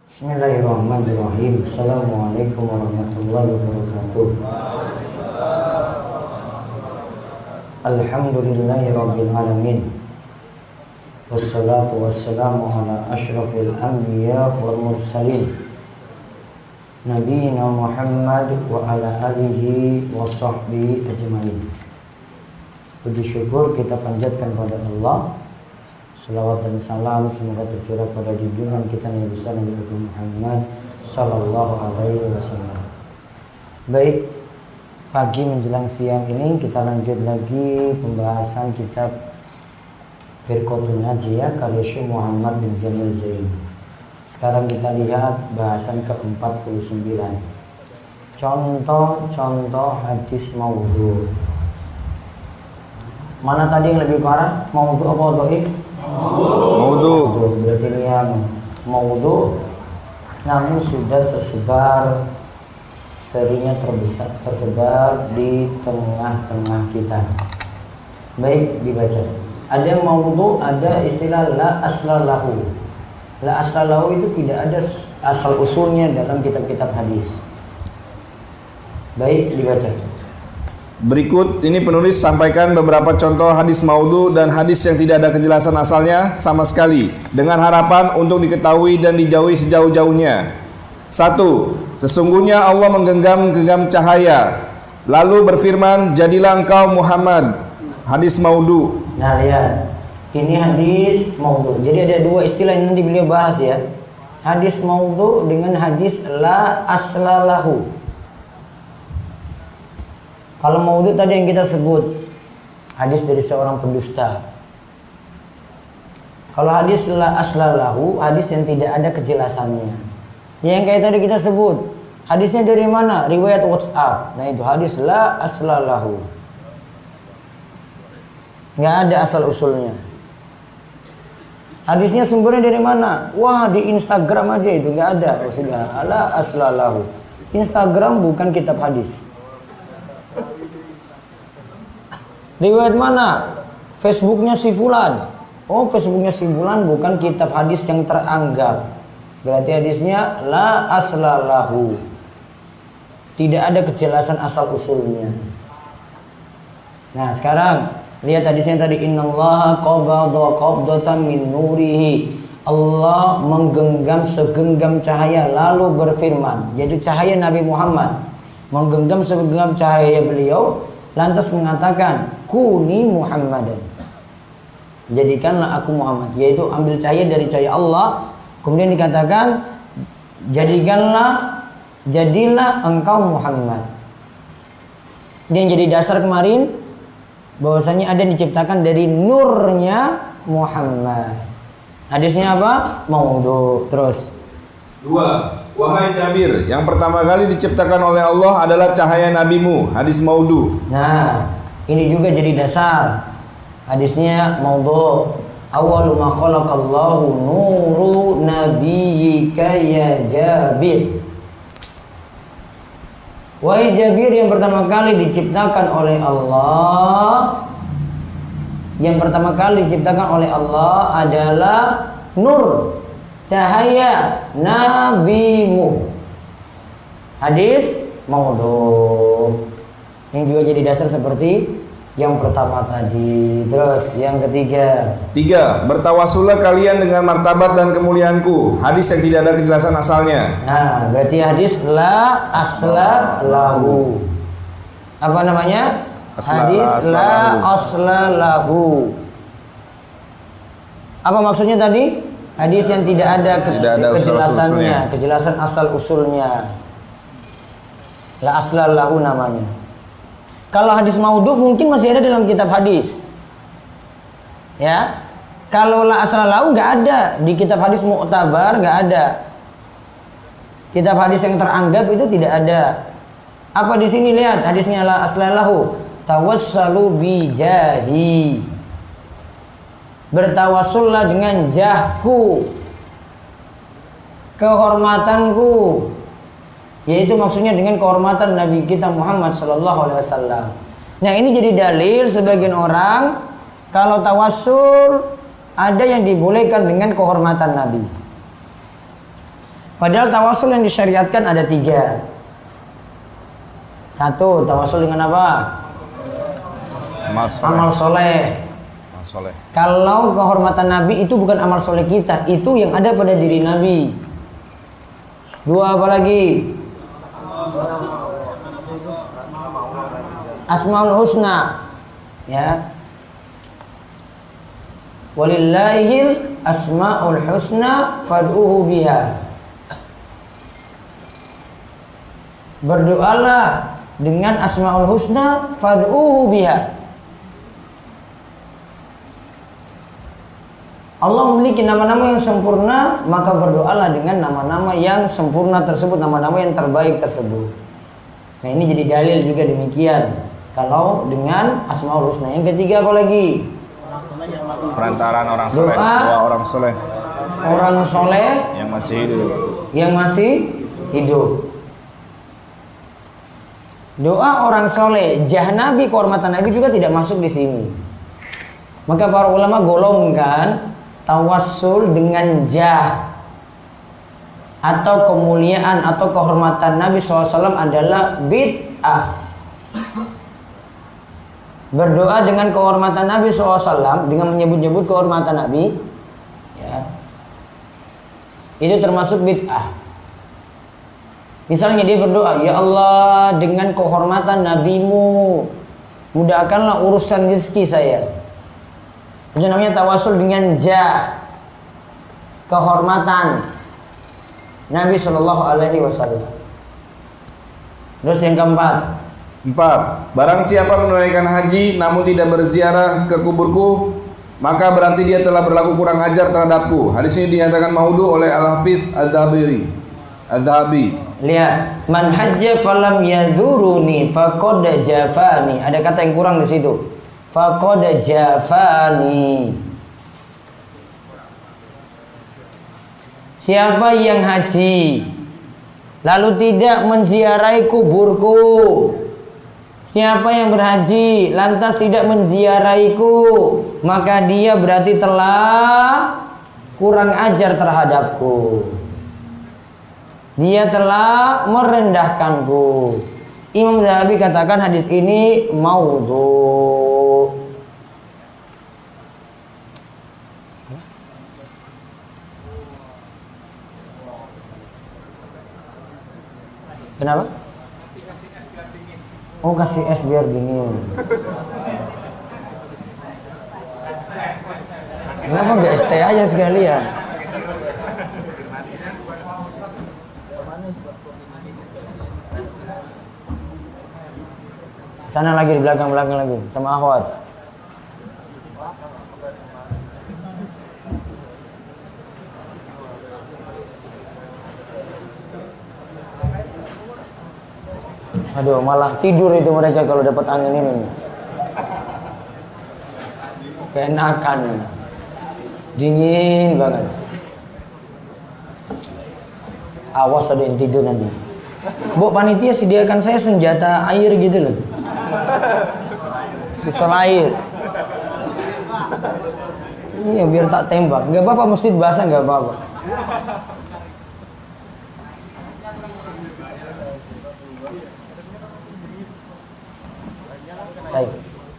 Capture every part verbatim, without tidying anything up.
Bismillahirrahmanirrahim. Assalamualaikum warahmatullahi wabarakatuh. Alhamdulillahirabbil alamin. Wassalatu wassalamu ala asyrafil anbiya wal mursalin. Nabiyina Muhammad wa ala alihi wa sahbihi ajmain. Puji syukur kita panjatkan pada Allah. Salawat dan salam semoga tercurah pada junjungan kita Nabi besar Nabi Muhammad sallallahu alaihi wasallam. Baik, pagi menjelang siang ini kita lanjut lagi pembahasan kitab Firqatun Najiyah karya Syekh Muhammad bin Jamil Zain. Sekarang kita lihat bahasan ke empat puluh sembilan. Contoh-contoh hadis maudhu. Mana tadi yang lebih parah? Maudhu apa dhaif? Maudhu. Berarti ini yang maudhu namun sudah tersebar, seringnya terbesar tersebar di tengah-tengah kita. Baik, dibaca. Ada yang maudhu, ada istilah la aslalahu. La aslalahu itu tidak ada asal usulnya dalam kitab-kitab hadis. Baik, dibaca. Berikut ini penulis sampaikan beberapa contoh hadis maudhu dan hadis yang tidak ada kejelasan asalnya sama sekali, dengan harapan untuk diketahui dan dijauhi sejauh-jauhnya. Satu, sesungguhnya Allah menggenggam-genggam cahaya, lalu berfirman, jadilah engkau Muhammad. Hadis maudhu. Nah lihat, ini hadis maudhu. Jadi ada dua istilah yang nanti beliau bahas ya. Hadis maudhu dengan hadis la aslalahu. Kalau maudhu tadi yang kita sebut hadis dari seorang pendusta. Kalau hadis la aslalahu, hadis yang tidak ada kejelasannya. Yang kayak tadi kita sebut, hadisnya dari mana? Riwayat WhatsApp. Nah itu hadis la aslalahu. Nggak ada asal usulnya. Hadisnya sumbernya dari mana? Wah, di Instagram aja itu nggak ada. Oh, sudah la aslalahu. Instagram bukan kitab hadis. Riwayat mana? Facebooknya si Fulan. Oh, Facebooknya si Fulan bukan kitab hadis yang teranggap. Berarti hadisnya la aslalahu. Tidak ada kejelasan asal usulnya. Nah, sekarang lihat hadisnya tadi, innallaha qabada qabdatan min nurihi. Allah menggenggam segenggam cahaya lalu berfirman, yaitu cahaya Nabi Muhammad. Menggenggam segenggam cahaya beliau lantas mengatakan, kuni Muhammadan. Jadikanlah aku Muhammad, yaitu ambil cahaya dari cahaya Allah. Kemudian dikatakan, jadikanlah, jadilah engkau Muhammad. Dia yang jadi dasar kemarin, bahwasanya ada yang diciptakan dari nurnya Muhammad. Hadisnya apa? Maudhu. Terus dua, wahai Jabir, yang pertama kali diciptakan oleh Allah adalah cahaya nabimu. Hadis maudhu. Nah, ini juga jadi dasar. Hadisnya maudhu. Awwalu ma khalaqallahu nuru nabiyyika ya Jabir. Wahai Jabir, yang pertama kali diciptakan oleh Allah, yang pertama kali diciptakan oleh Allah adalah nur, cahaya nabimu. Hadis maudhu. Ini juga jadi dasar seperti yang pertama tadi. Terus yang ketiga. Tiga, bertawasulah kalian dengan martabat dan kemuliaanku. Hadis yang tidak ada kejelasan asalnya. Nah, berarti hadis la asla lahu. Apa namanya? Asla, hadis asla la lahu. asla lahu. Apa maksudnya tadi? Hadis yang tidak ada, ke tidak ada kejelasannya, kejelasan asal usulnya. La asla lahu namanya. Kalau hadis maudhu mungkin masih ada dalam kitab hadis. Ya. Kalau la asla lahu nggak ada di kitab hadis mu'tabar, nggak ada. Kitab hadis yang teranggap itu tidak ada. Apa di sini lihat hadisnya la asla lahu? Tawassalu bi jahi. Bertawassullah dengan jahku, kehormatanku, yaitu maksudnya dengan kehormatan Nabi kita Muhammad sallallahu alaihi wasallam. Nah, ini jadi dalil sebagian orang kalau tawassul ada yang dibolehkan dengan kehormatan Nabi. Padahal tawasul yang disyariatkan ada tiga. Satu, tawasul dengan apa? Amal soleh. Amal soleh. Amal soleh. Kalau kehormatan Nabi itu bukan amal soleh kita, itu yang ada pada diri Nabi. Dua, apa lagi? Asmaul Husna, ya. Walillahil asmaul husna fad'uhu biha. Berdoalah dengan asmaul husna fad'uhu biha. Allah memiliki nama-nama yang sempurna, maka berdoalah dengan nama-nama yang sempurna tersebut, nama-nama yang terbaik tersebut. Nah, ini jadi dalil juga demikian. Kalau dengan asmaul husna. Yang ketiga apa lagi? Perantaraan orang soleh, doa orang soleh, orang soleh yang masih hidup, yang masih hidup. Doa orang soleh, jah Nabi, kehormatan Nabi juga tidak masuk di sini. Maka para ulama golongkan tawassul dengan jah atau kemuliaan atau kehormatan Nabi shallallahu alaihi wasallam adalah bid'ah. Berdoa dengan kehormatan Nabi shallallahu alaihi wasallam, dengan menyebut-nyebut kehormatan Nabi, ya, itu termasuk bid'ah. Misalnya dia berdoa, ya Allah, dengan kehormatan Nabimu, mudahkanlah urusan rezeki saya. Itu namanya tawasul dengan jah, kehormatan Nabi Shallallahu Alaihi Wasallam. Terus yang keempat, empat. Barang siapa menunaikan haji namun tidak berziarah ke kuburku, maka berarti dia telah berlaku kurang ajar terhadapku. Hadis ini dinyatakan maudhu oleh Al-Hafiz Az-Zahabiri. Az-Zahabi. Lihat, man hajja falam yaduruni faqad jafani. Ada kata yang kurang di situ. Faqad jafani. Siapa yang haji lalu tidak menziarahi kuburku, siapa yang berhaji lantas tidak menziarahiku, maka dia berarti telah kurang ajar terhadapku. Dia telah merendahkanku. Imam Zahabi katakan hadis ini maudhu. Kenapa? Oh, kasih es biar dingin. Kenapa nggak es teh aja sekalian? Sana lagi di belakang-belakang lagi sama akhwat. Aduh, malah tidur itu mereka kalau dapat angin ini. Keenakan. Dingin banget. Awas ada yang tidur nanti. Bu, panitia sediakan saya senjata air gitu loh. Pistol air. Iya, biar tak tembak. Gak apa-apa, masjid basah gak apa-apa. Baik.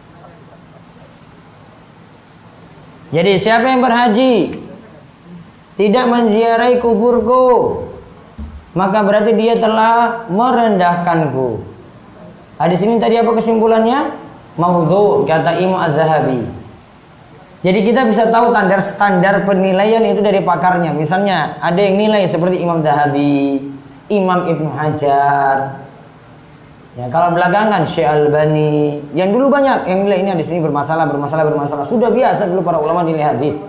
Jadi siapa yang berhaji tidak menziarahi kuburku, maka berarti dia telah merendahkanku. Hadis ini tadi apa kesimpulannya? Maudhu, kata Imam Az-Zahabi. Jadi kita bisa tahu standar standar penilaian itu dari pakarnya. Misalnya ada yang nilai seperti Imam Zahabi, Imam Ibnu Hajar. Ya, kalau belakangan Syekh Albani, yang dulu banyak yang nilai ini hadis ini bermasalah, bermasalah, bermasalah. Sudah biasa dulu para ulama nilai hadis.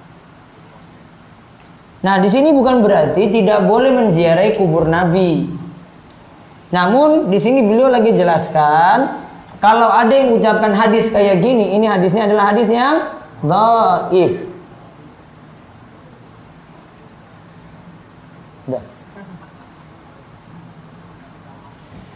Nah, di sini bukan berarti tidak boleh menziarahi kubur Nabi. Namun di sini beliau lagi jelaskan, kalau ada yang ucapkan hadis kayak gini, ini hadisnya adalah hadis yang dhaif. Udah.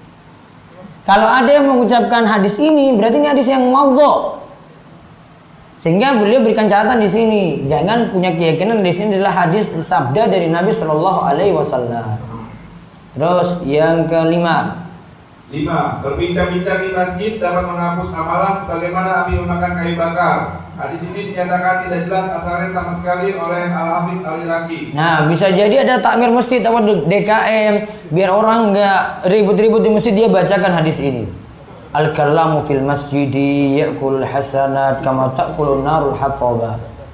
Kalau ada yang mengucapkan hadis ini, berarti ini hadis yang maudhu. Sehingga beliau berikan catatan di sini, jangan punya keyakinan di sini adalah hadis sabda dari Nabi Shallallahu Alaihi Wasallam. Terus yang kelima, lima, berbincang-bincang di masjid dapat menghapus amalan sebagaimana api memakan kayu bakar. Hadis ini dinyatakan tidak jelas asalnya sama sekali oleh Al-Hafiz Al-Iraqi. Nah, bisa jadi ada takmir masjid atau D K M, biar orang nggak ribut-ribut di masjid, dia bacakan hadis ini. Al-kalamu fil masjidi ya'kul hasanat kama ta'kulun narul hataba.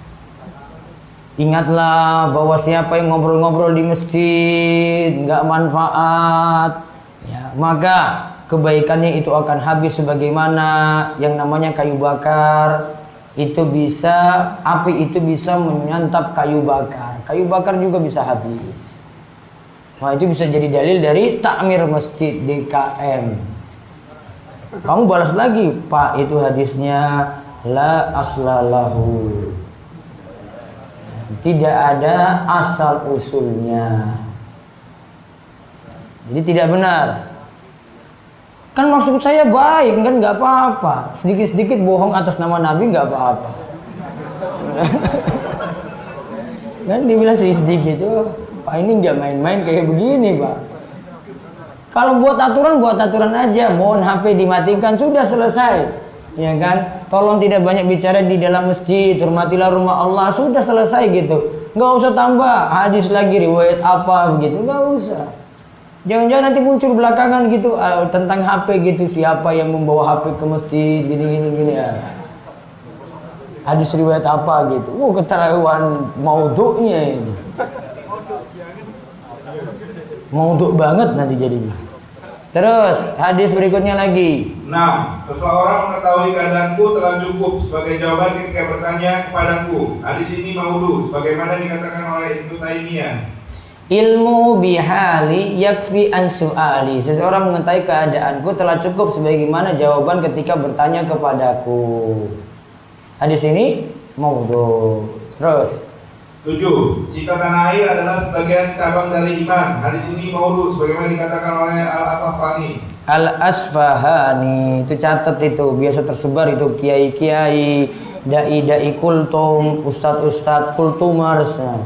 Ingatlah bahwa siapa yang ngobrol-ngobrol di masjid nggak manfaat, ya, maka kebaikannya itu akan habis sebagaimana yang namanya kayu bakar itu bisa, api itu bisa menyantap kayu bakar. Kayu bakar juga bisa habis. Nah, itu bisa jadi dalil dari takmir masjid D K M. Kamu balas lagi, Pak, itu hadisnya la aslalahu. Tidak ada asal usulnya. Jadi tidak benar. Kan maksud saya baik, kan nggak apa-apa. Sedikit-sedikit bohong atas nama Nabi nggak apa-apa. Dan dibilang sedikit, oh, Pak ini nggak main-main kayak begini, Pak. Kalau buat aturan, buat aturan aja. Mohon H P dimatikan, sudah selesai. Ya kan? Tolong tidak banyak bicara di dalam masjid. Hormatilah rumah Allah, sudah selesai gitu. Nggak usah tambah hadis lagi, riwayat apa begitu. Nggak usah. Jangan-jangan nanti muncul belakangan gitu uh, tentang H P gitu. Siapa yang membawa H P ke masjid, gini-gini gini ya. Hadis riwayat apa gitu. Oh, keterlaluan maudhu'nya ini. Maudhu' banget nanti jadinya. Terus hadis berikutnya lagi. enam. Seseorang mengetahui keadaanku telah cukup sebagai jawaban ketika bertanya kepadaku. Hadis ini maudhu sebagaimana dikatakan oleh Ibnu Taimiyah. Ilmu bihali yakfi an su'ali. Seseorang mengetahui keadaanku telah cukup sebagaimana jawaban ketika bertanya kepadaku. Hadis ini maudhu. Terus tujuh. Jika tanah air adalah sebagian cabang dari iman. Hadis ini maudhu sebagaimana dikatakan oleh Al-Asfahani. Al-Asfahani, itu catat itu, biasa tersebar itu kiai-kiai, dai-dai kultum, ustad-ustad kultumers. Nah,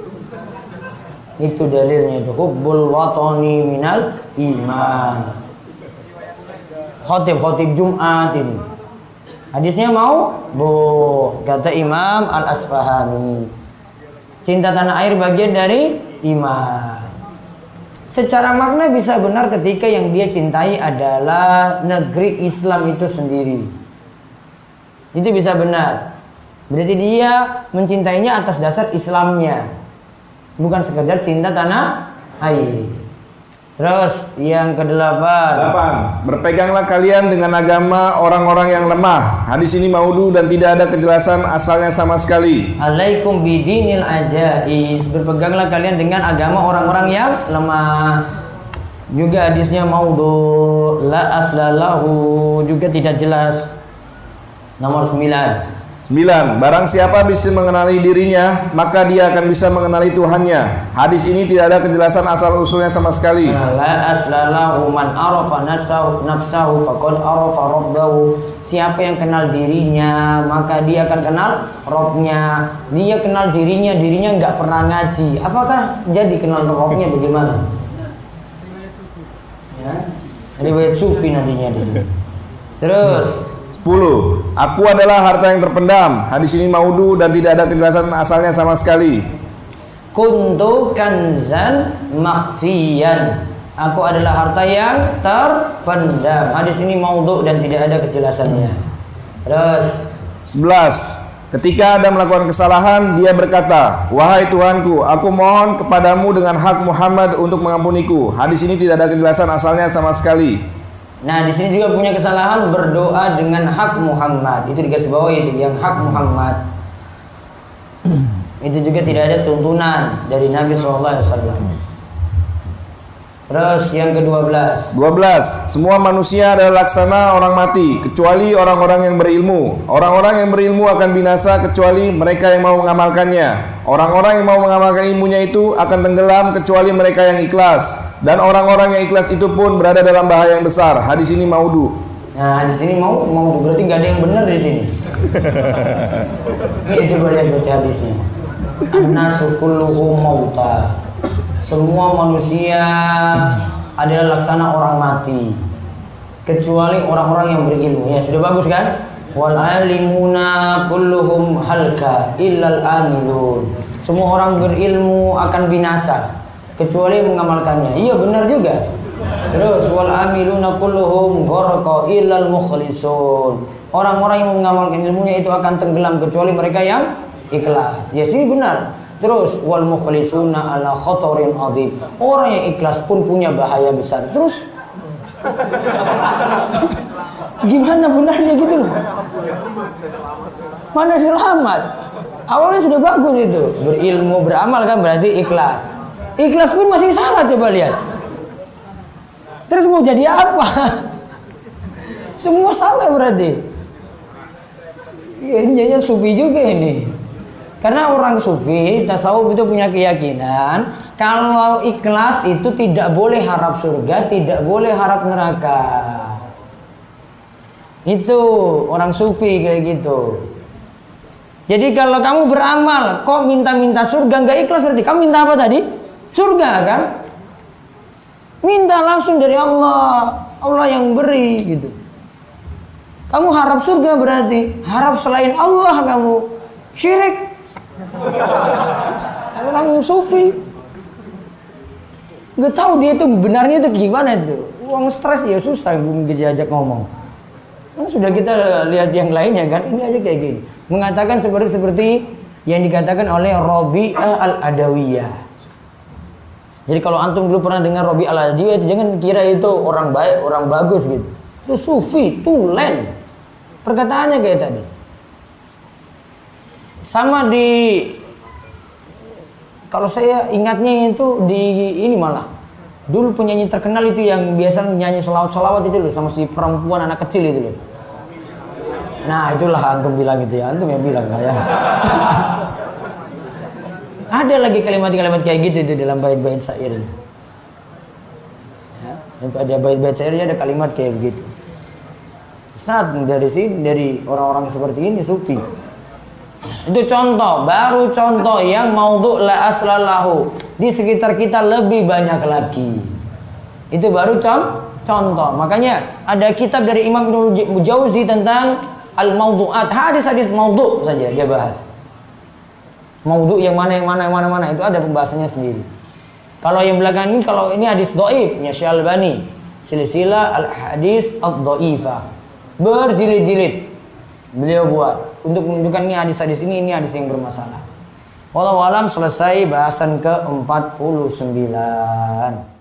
itu dalilnya itu hubbul watani minal iman. Khotib-khotib Jumat ini. Hadisnya mau, bu, kata Imam Al-Asfahani. Cinta tanah air bagian dari iman. Secara makna bisa benar ketika yang dia cintai adalah negeri Islam itu sendiri. Itu bisa benar. Berarti dia mencintainya atas dasar Islamnya, bukan sekedar cinta tanah air. Terus yang kedelapan. Delapan. Berpeganglah kalian dengan agama orang-orang yang lemah. Hadis ini maudhu dan tidak ada kejelasan asalnya sama sekali. Alaikum bidinil ajais. Berpeganglah kalian dengan agama orang-orang yang lemah. Juga hadisnya maudhu, la aslalahu, juga tidak jelas. Nomor sembilan. Sembilan. Barang siapa bisa mengenali dirinya, maka dia akan bisa mengenali Tuhannya. Hadis ini tidak ada kejelasan asal usulnya sama sekali. La aslalahu man arafa nafsahu nafsahu faqad arafa rabbahu. Siapa yang kenal dirinya, maka dia akan kenal Robnya. Dia kenal dirinya, dirinya nggak pernah ngaji. Apakah jadi kenal Robnya bagaimana? Ya, riwayat sufi nantinya di sini. Terus sepuluh. Aku adalah harta yang terpendam. Hadis ini maudhu dan tidak ada kejelasan asalnya sama sekali. Kuntu kanzan makhfiyan. Aku adalah harta yang terpendam. Hadis ini maudhu dan tidak ada kejelasannya. Terus sebelas. Ketika Adam melakukan kesalahan, dia berkata, wahai Tuhanku, aku mohon kepadamu dengan hak Muhammad untuk mengampuniku. Hadis ini tidak ada kejelasan asalnya sama sekali. Nah, di sini juga punya kesalahan berdoa dengan hak Muhammad. Itu digaris bawah itu, yang hak Muhammad. Itu juga tidak ada tuntunan dari Nabi shallallahu alaihi wasallam. Terus yang kedua belas. dua belas. Semua manusia adalah laksana orang mati, kecuali orang-orang yang berilmu. Orang-orang yang berilmu akan binasa kecuali mereka yang mau mengamalkannya. Orang-orang yang mau mengamalkan ilmunya itu akan tenggelam kecuali mereka yang ikhlas. Dan orang-orang yang ikhlas itu pun berada dalam bahaya yang besar. Hadis ini maudhu. Nah, di sini mau mau berarti nggak ada yang benar di sini. Ini coba lihat baca hadisnya. An-nasu kulluhum mauta. Semua manusia adalah laksana orang mati, kecuali orang-orang yang berilmu. Ya sudah bagus kan? Wal alimuna kulluhum halka illal amilun. Semua orang berilmu akan binasa kecuali mengamalkannya. Iya benar juga. Terus wal amiluna kulluhum gharqa illal mukhlisun. Orang-orang yang mengamalkan ilmunya itu akan tenggelam kecuali mereka yang ikhlas. Ya sih benar. Terus wal mukhlisuna ala khatarin adzim. Orang yang ikhlas pun punya bahaya besar. Terus gimana benarnya gitu loh? Mana selamat? Awalnya sudah bagus itu. Berilmu, beramal kan berarti ikhlas. Ikhlas pun masih salah, coba lihat. Terus mau jadi apa? Semua salah berarti. Ya, ini sufi juga ini. Karena orang sufi, tasawuf itu punya keyakinan kalau ikhlas itu tidak boleh harap surga, tidak boleh harap neraka. Itu orang sufi kayak gitu. Jadi kalau kamu beramal kok minta-minta surga, nggak ikhlas berarti kamu minta apa tadi? Surga kan? Minta langsung dari Allah, Allah yang beri gitu. Kamu harap surga berarti harap selain Allah kamu syirik. Orang sufi nggak tahu dia itu benarnya itu gimana itu. Uang stres ya susah diajak ngomong. Nah, sudah kita lihat yang lainnya kan, ini aja kayak gini. Mengatakan seperti seperti yang dikatakan oleh Rabi'ah al-Adawiyah. Jadi kalau antum dulu pernah dengar Rabi'ah al-Adawiyah itu jangan kira itu orang baik, orang bagus gitu. Itu sufi, tulen. Perkataannya kayak tadi. Sama di, kalau saya ingatnya itu di ini malah. Dulu penyanyi terkenal itu yang biasa nyanyi selawat-selawat itu loh, sama si perempuan anak kecil itu loh. Nah itulah antum bilang itu ya, antum yang bilang lah ya. Ada lagi kalimat-kalimat kayak gitu itu dalam bait-bait syair. Ya, itu ada bait-bait syairnya ada kalimat kayak begitu. Saat dari sini dari orang-orang seperti ini sufi. Itu contoh, baru contoh yang maudhu' la aslalahu. Di sekitar kita lebih banyak lagi. Itu baru con contoh. Makanya ada kitab dari Imam Ibnu Jauzi tentang al-maudhu'at, hadis-hadis maudhu' saja dia bahas. Maudhu' yang mana yang mana yang mana mana itu ada pembahasannya sendiri. Kalau yang belakang ini, kalau ini hadis dhaif nya Syekh Albani, silsilah al-hadis ad-dhaifah. Berjilid-jilid beliau buat untuk menunjukkan ini hadis-hadis ini ini hadis yang bermasalah. Wallahu alam, selesai bahasan ke empat puluh sembilan.